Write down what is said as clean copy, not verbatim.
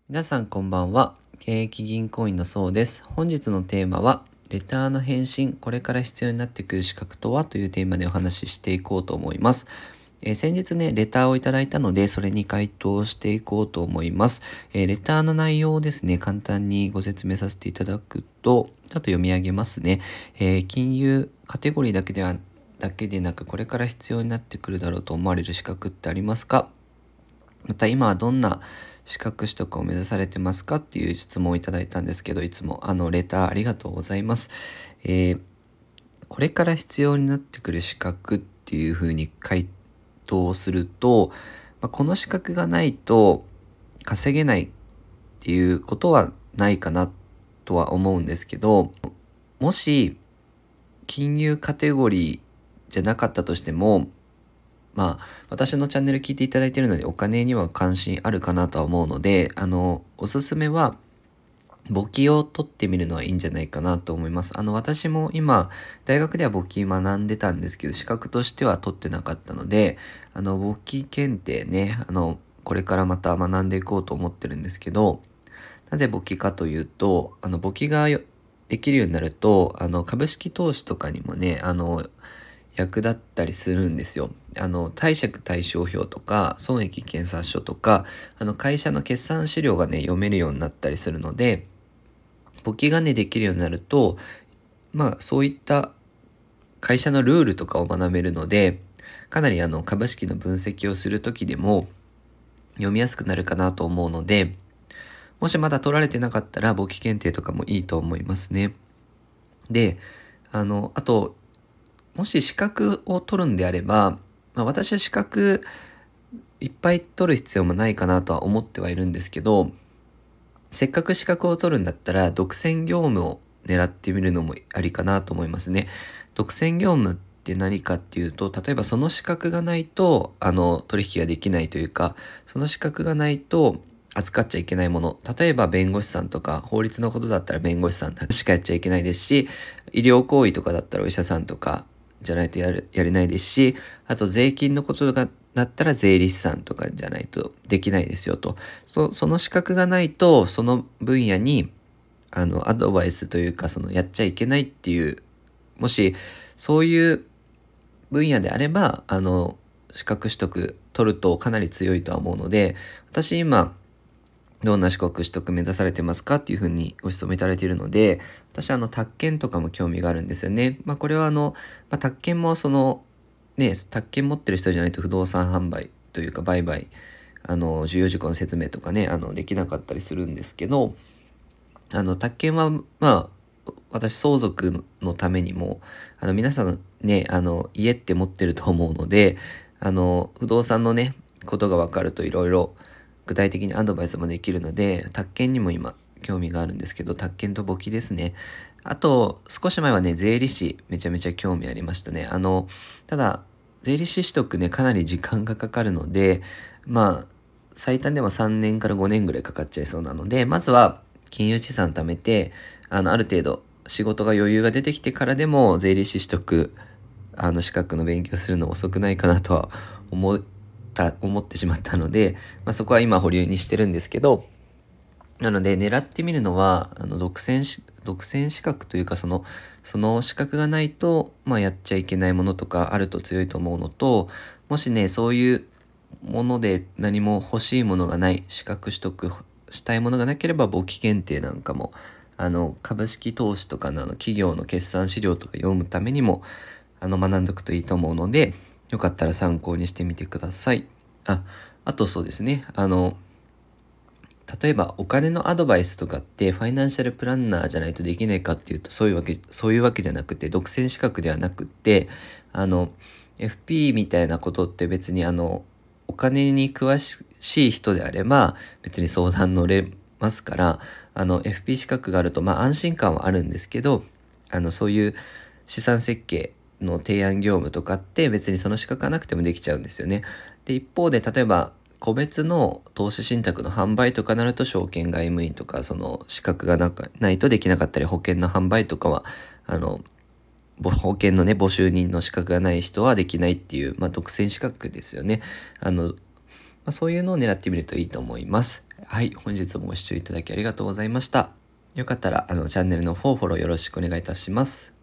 皆さんこんばんは。現役銀行員のそうです。本日のテーマは、レターの返信、これから必要になってくる資格とはというテーマでお話ししていこうと思います。先日ね、レターをいただいたので、それに回答していこうと思います。レターの内容をですね、簡単にご説明させていただくと、あと読み上げますね。金融カテゴリーだけでなく、これから必要になってくるだろうと思われる資格ってありますか？また今はどんな資格取得を目指されてますかっていう質問をいただいたんですけど、いつもレターありがとうございます。これから必要になってくる資格っていうふうに回答すると、この資格がないと稼げないっていうことはないかなとは思うんですけど、もし金融カテゴリーじゃなかったとしても、私のチャンネル聞いていただいているのでお金には関心あるかなとは思うので、おすすめは簿記を取ってみるのはいいんじゃないかなと思います。私も今、大学では簿記学んでたんですけど、資格としては取ってなかったので、簿記検定ね、これからまた学んでいこうと思ってるんですけど、なぜ簿記かというと、簿記ができるようになると、株式投資とかにもね、役立ったりするんですよ。貸借対照表とか、損益検査書とか、会社の決算資料がね、読めるようになったりするので、簿記がね、できるようになると、そういった会社のルールとかを学べるので、かなり株式の分析をするときでも読みやすくなるかなと思うので、もしまだ取られてなかったら簿記検定とかもいいと思いますね。で、あと、もし資格を取るんであれば、私は資格いっぱい取る必要もないかなとは思ってはいるんですけど、せっかく資格を取るんだったら、独占業務を狙ってみるのもありかなと思いますね。独占業務って何かっていうと、例えばその資格がないと、取引ができないというか、その資格がないと、扱っちゃいけないもの。例えば弁護士さんとか、法律のことだったら弁護士さんしかやっちゃいけないですし、医療行為とかだったらお医者さんとかじゃないとやれないですし、あと税金のことがだったら税理士さんとかじゃないとできないですよと。その資格がないと、その分野に、アドバイスというか、やっちゃいけないっていう、もし、そういう分野であれば、資格取得取るとかなり強いとは思うので、私今、どんな資格取得目指されてますかっていうふうにご質問いただいているので、私宅建とかも興味があるんですよね。これは宅建も宅建持ってる人じゃないと不動産販売というか売買、重要事項の説明とかね、できなかったりするんですけど、宅建は、私相続のためにも、皆さんね、家って持ってると思うので、不動産のね、ことがわかるといろいろ具体的にアドバイスもできるので、宅建にも今興味があるんですけど、宅建と簿記ですね。あと、少し前はね、税理士めちゃめちゃ興味ありましたね。ただ、税理士取得ね、かなり時間がかかるので、最短でも3年から5年ぐらいかかっちゃいそうなので、まずは金融資産貯めて、ある程度仕事が余裕が出てきてからでも税理士取得、資格の勉強するの遅くないかなとは思ってしまったので、そこは今保留にしてるんですけど、なので狙ってみるのは、独占資格というかその資格がないと、やっちゃいけないものとかあると強いと思うのと、もしね、そういうもので何も欲しいものがない、資格取得したいものがなければ簿記検定なんかも、株式投資とかの企業の決算資料とか読むためにも、学んどくといいと思うので、よかったら参考にしてみてください。あとそうですね。例えばお金のアドバイスとかってファイナンシャルプランナーじゃないとできないかっていうとそういうわけじゃなくて、独占資格ではなくて、FP みたいなことって別にお金に詳しい人であれば別に相談乗れますから、FP 資格があると安心感はあるんですけど、そういう資産設計の提案業務とかって別にその資格がなくてもできちゃうんですよね。で、一方で例えば個別の投資信託の販売とかなると証券外務員とかその資格がないとできなかったり、保険の販売とかは保険のね募集人の資格がない人はできないっていう、独占資格ですよね。そういうのを狙ってみるといいと思います。 はい、本日もご視聴いただきありがとうございました。よかったらチャンネルのフォローよろしくお願いいたします。